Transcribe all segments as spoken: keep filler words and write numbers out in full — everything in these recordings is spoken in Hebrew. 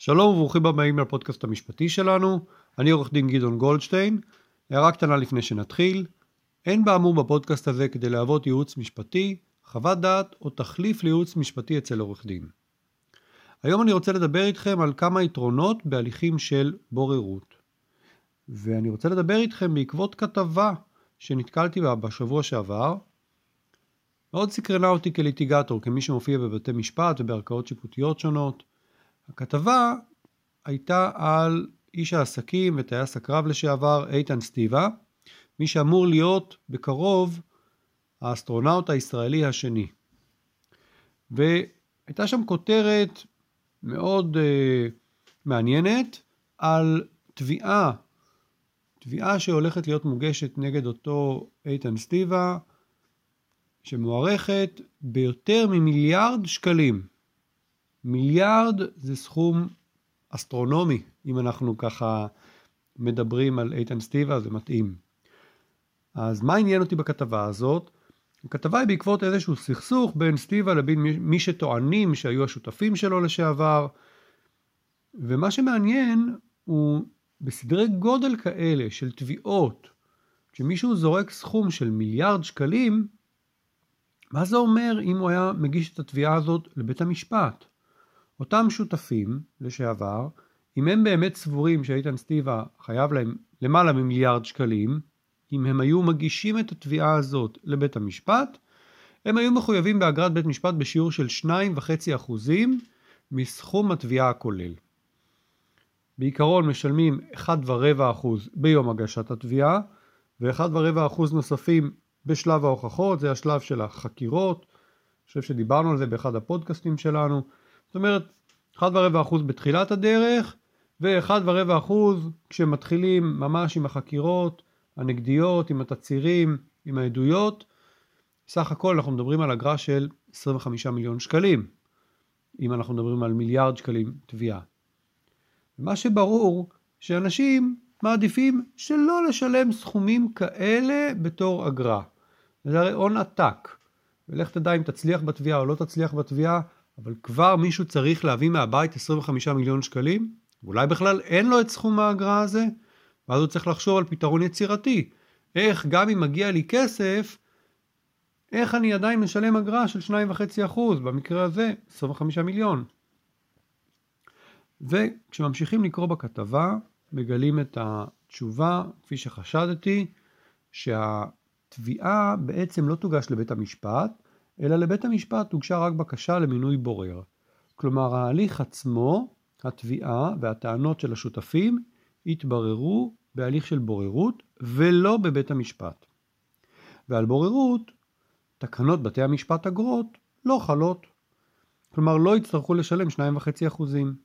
שלום וברוכים הבאים לפודקאסט המשפטי שלנו, אני עורך דין גדעון גולדשטיין. הערה קטנה לפני שנתחיל, אין באמור בפודקאסט הזה כדי להוות ייעוץ משפטי, חוות דעת או תחליף לייעוץ משפטי אצל עורך דין. היום אני רוצה לדבר איתכם על כמה יתרונות בהליכים של בוררות. ואני רוצה לדבר איתכם בעקבות כתבה שנתקלתי בה בשבוע שעבר. מאוד סקרנה אותי כליטיגטור, כמי שמופיע בבתי משפט ובערכאות שיפוטיות שונות. הכתבה הייתה על איש העסקים וטייס הקרב לשעבר איתן סטיבה, מי שאמור להיות בקרוב האסטרונאוט הישראלי השני. והייתה שם כותרת מאוד uh, מעניינת על תביעה, תביעה שהולכת להיות מוגשת נגד אותו איתן סטיבה, שמוערכת ביותר ממיליארד שקלים. מיליארד זה סכום אסטרונומי, אם אנחנו ככה מדברים על איתן סטיבה, זה מתאים. אז מה עניין אותי בכתבה הזאת? הכתבה היא בעקבות איזשהו סכסוך בין סטיבה לבין מי שטוענים שהיו השותפים שלו לשעבר, ומה שמעניין הוא בסדרי גודל כאלה של תביעות, כשמישהו זורק סכום של מיליארד שקלים, מה זה אומר אם הוא היה מגיש את התביעה הזאת לבית המשפט? אותם שותפים לשעבר, אם הם באמת סבורים שאיתן סטיבה חייב להם למעלה ממיליארד שקלים, אם הם היו מגישים את התביעה הזאת לבית המשפט, הם היו מחויבים באגרת בית משפט בשיעור של שתיים נקודה חמש אחוזים מסכום התביעה הכולל. בעיקרון משלמים אחד נקודה ארבע אחוז ביום הגשת התביעה, ו-אחד נקודה ארבע אחוז נוספים בשלב ההוכחות, זה השלב של החקירות. אני חושב שדיברנו על זה באחד הפודקאסטים שלנו. זאת אומרת, אחד נקודה ארבע אחוז בתחילת הדרך, ו-אחד נקודה ארבע אחוז כשמתחילים ממש עם החקירות הנגדיות, עם התצהירים, עם העדויות. סך הכל אנחנו מדברים על אגרה של עשרים וחמישה מיליון שקלים, אם אנחנו מדברים על מיליארד שקלים תביעה. מה שברור, שאנשים מעדיפים שלא לשלם סכומים כאלה בתור אגרה. זה הרי הון עתק. ולך תדע אם תצליח בתביעה או לא תצליח בתביעה, אבל כבר מישהו צריך להביא מהבית עשרים וחמישה מיליון שקלים, ואולי בכלל אין לו את סכום האגרה הזה, ואז הוא צריך לחשוב על פתרון יצירתי. איך גם אם מגיע לי כסף, איך אני עדיין משלם אגרה של שתיים נקודה חמש אחוז, במקרה הזה עשרים וחמישה מיליון. וכשממשיכים לקרוא בכתבה, מגלים את התשובה, כפי שחשדתי, שהתביעה בעצם לא תוגש לבית המשפט, אלא לבית המשפט תוגשה רק בקשה למינוי בורר. כלומר, ההליך עצמו, התביעה והטענות של השותפים, התבררו בהליך של בוררות ולא בבית המשפט. ועל בוררות, תקנות בתי המשפט אגרות לא חלות. כלומר, לא יצטרכו לשלם שתיים נקודה חמש אחוזים.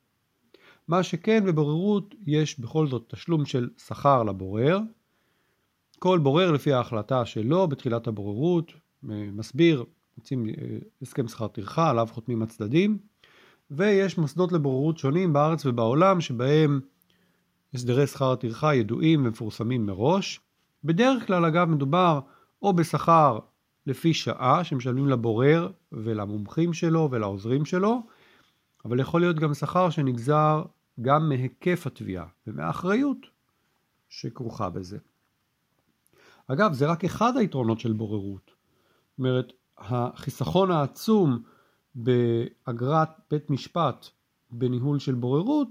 מה שכן, בבוררות יש בכל זאת תשלום של שכר לבורר. כל בורר לפי ההחלטה שלו בתחילת הבוררות, מסביר, מוצאים הסכם שכר טרחה, עליו חותמים הצדדים, ויש מוסדות לבוררות שונים בארץ ובעולם, שבהם הסדרי שכר הטרחה ידועים ומפורסמים מראש. בדרך כלל אגב מדובר או בשכר לפי שעה שמשלמים לבורר ולמומחים שלו ולעוזרים שלו, אבל יכול להיות גם שכר שנגזר גם מהיקף התביעה ומהאחריות שכרוכה בזה. אגב, זה רק אחד היתרונות של בוררות. זאת אומרת, החיסכון העצום באגרת בית משפט בניהול של בוררות,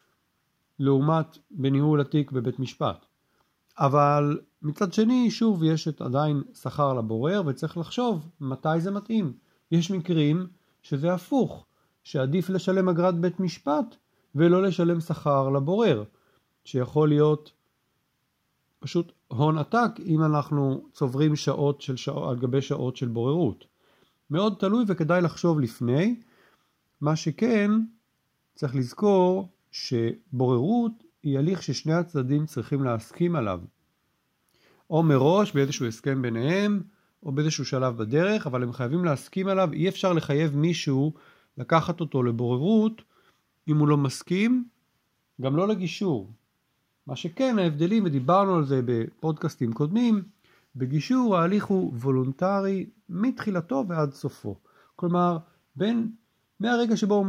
לעומת בניהול התיק בבית משפט. אבל מצד שני, שוב, יש את עדיין שכר לבורר, וצריך לחשוב מתי זה מתאים. יש מקרים שזה הפוך, שעדיף לשלם אגרת בית משפט, ולא לשלם שכר לבורר, שיכול להיות פשוט הון עתק, אם אנחנו צוברים שעות של שעות, על גבי שעות של בוררות. מאוד תלוי וכדאי לחשוב לפני. מה שכן, צריך לזכור שבוררות היא הליך ששני הצדדים צריכים להסכים עליו. או מראש באיזשהו הסכם ביניהם, או באיזשהו שלב בדרך, אבל הם חייבים להסכים עליו. אי אפשר לחייב מישהו לקחת אותו לבוררות, אם הוא לא מסכים, גם לא לגישור. מה שכן, ההבדלים, ודיברנו על זה בפודקאסטים קודמים, בגישור ההליך הוא וולונטרי מתחילתו ועד סופו. כלומר, בין, מהרגע שבו אומרים,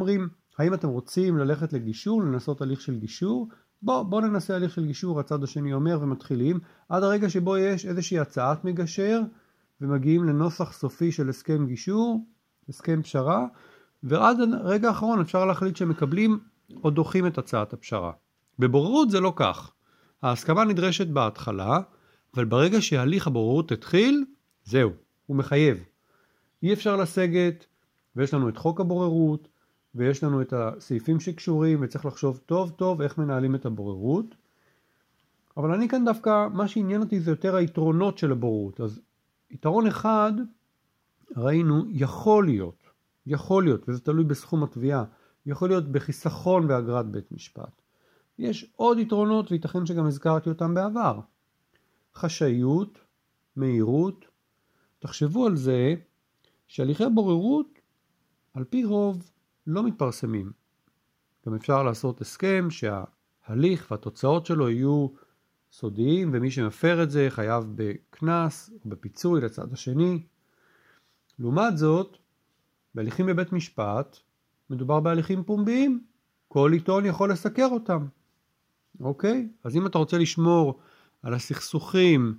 האם אתם רוצים ללכת לגישור, לנסות הליך של גישור? בוא, בוא ננסה הליך של גישור, הצד השני אומר, ומתחילים, עד הרגע שבו יש איזושהי הצעת מגשר, ומגיעים לנוסח סופי של הסכם גישור, הסכם פשרה, ועד הרגע האחרון אפשר להחליט שמקבלים או דוחים את הצעת הפשרה. בבוררות זה לא כך. ההסכמה נדרשת בהתחלה, אבל ברגע שהליך הבוררות התחיל, זהו, הוא מחייב. אי אפשר לסגת, ויש לנו את חוק הבוררות, ויש לנו את הסעיפים שקשורים, וצריך לחשוב טוב טוב איך מנהלים את הבוררות. אבל אני כאן דווקא, מה שעניין אותי זה יותר היתרונות של הבוררות. אז יתרון אחד, ראינו, יכול להיות, יכול להיות, וזה תלוי בסכום התביעה, יכול להיות בחיסכון באגרת בית משפט. יש עוד יתרונות, וייתכן שגם הזכרתי אותם בעבר. חשאיות, מהירות. תחשבו על זה שהליכי בוררות, על פי רוב, לא מתפרסמים. גם אפשר לעשות הסכם שההליך והתוצאות שלו יהיו סודיים, ומי שמפר את זה חייב בקנס או בפיצוי לצד השני. לעומת זאת, בהליכים בבית משפט, מדובר בהליכים פומביים. כל עיתון יכול לסקר אותם. אוקיי? אז אם אתה רוצה לשמור על הסכסוכים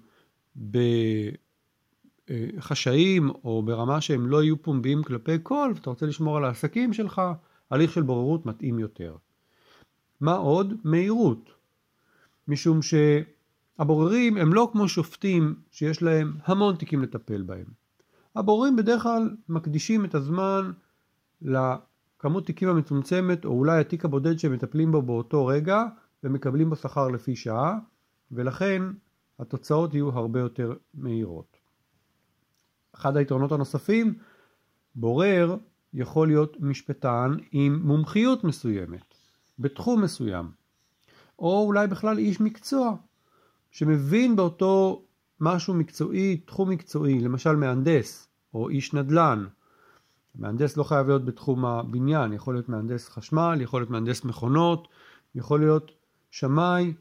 בחשאים או ברמה שהם לא יהיו פומביים כלפי כל, ואתה רוצה לשמור על העסקים שלך, הליך של בוררות מתאים יותר. מה עוד? מהירות. משום שהבוררים הם לא כמו שופטים שיש להם המון תיקים לטפל בהם. הבוררים בדרך כלל מקדישים את הזמן לכמות תיקים המצומצמת, או אולי התיק הבודד שהם מטפלים בו באותו רגע, ומקבלים בו שכר לפי שעה, ולכן התוצאות יהיו הרבה יותר מהירות. אחד היתרונות הנוספים, בורר יכול להיות משפטן עם מומחיות מסוימת, בתחום מסוים, או אולי בכלל איש מקצוע, שמבין באותו משהו מקצועי, תחום מקצועי, למשל מהנדס, או איש נדל"ן. מהנדס לא חייב להיות בתחום הבניין, יכול להיות מהנדס חשמל, יכול להיות מהנדס מכונות, יכול להיות שמאי.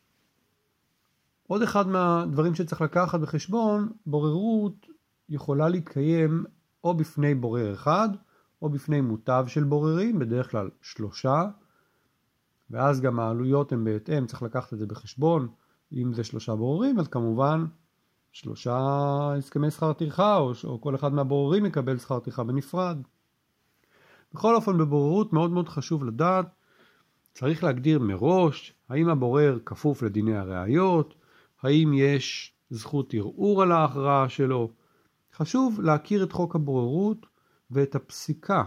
עוד אחד מהדברים שצריך לקחת בחשבון, בוררות יכולה להתקיים או בפני בורר אחד, או בפני מוטב של בוררים, בדרך כלל שלושה, ואז גם העלויות הן בהתאם, צריך לקחת את זה בחשבון. אם זה שלושה בוררים, אז כמובן שלושה הסכמי שכר טרחה, או, או כל אחד מהבוררים יקבל שכר טרחה בנפרד. בכל אופן, בבוררות מאוד מאוד חשוב לדעת, צריך להגדיר מראש, האם הבורר כפוף לדיני הראיות, האם יש זכות ערעור על ההכרעה שלו. חשוב להכיר את חוק הבוררות ואת הפסיקה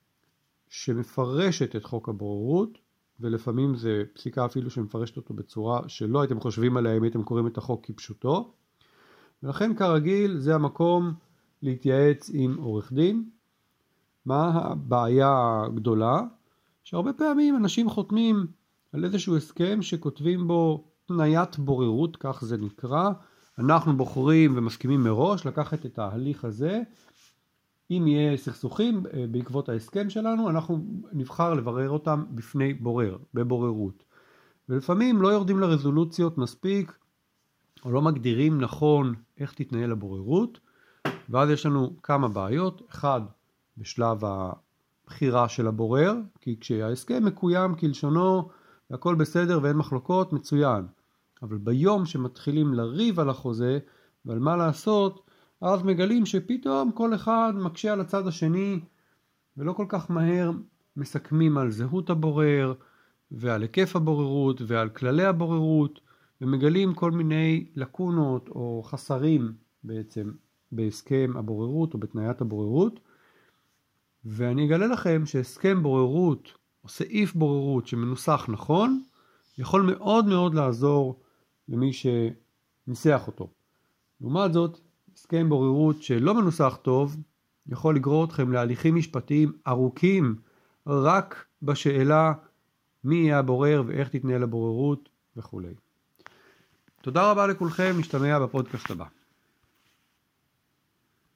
שמפרשת את חוק הבוררות, ולפעמים זה פסיקה אפילו שמפרשת אותו בצורה שלא הייתם חושבים עליה אם הייתם קוראים את החוק כפשוטו. ולכן כרגיל זה המקום להתייעץ עם עורך דין. מה הבעיה הגדולה? שהרבה פעמים אנשים חותמים על איזשהו הסכם שכותבים בו תניית בוררות, כך זה נקרא. אנחנו בוחרים ומסכימים מראש לקחת את ההליך הזה. אם יהיה סכסוכים בעקבות ההסכם שלנו, אנחנו נבחר לברר אותם בפני בורר, בבוררות. ולפעמים לא יורדים לרזולוציות מספיק, או לא מגדירים נכון איך תתנהל הבוררות, ואז יש לנו כמה בעיות. אחד, בשלב הבחירה של הבורר, כי כשההסכם מקוים כלשונו, והכל בסדר ואין מחלוקות, מצוין. אבל ביום שמתחילים לריב על החוזה, ועל מה לעשות, אז מגלים שפתאום כל אחד מקשה על הצד השני, ולא כל כך מהר מסכמים על זהות הבורר, ועל היקף הבוררות, ועל כללי הבוררות, ומגלים כל מיני לקונות או חסרים בעצם בהסכם הבוררות או בתניית הבוררות. ואני אגלה לכם שהסכם בוררות או סעיף בוררות שמנוסח נכון, יכול מאוד מאוד לעזור למי שניסח אותו. לעומת זאת, הסכם בוררות שלא מנוסח טוב, יכול לגרור אתכם להליכים משפטיים ארוכים, רק בשאלה מי יהיה הבורר ואיך תתנהל הבוררות וכו'. תודה רבה לכולכם, נשתמע בפודקאסט הבא.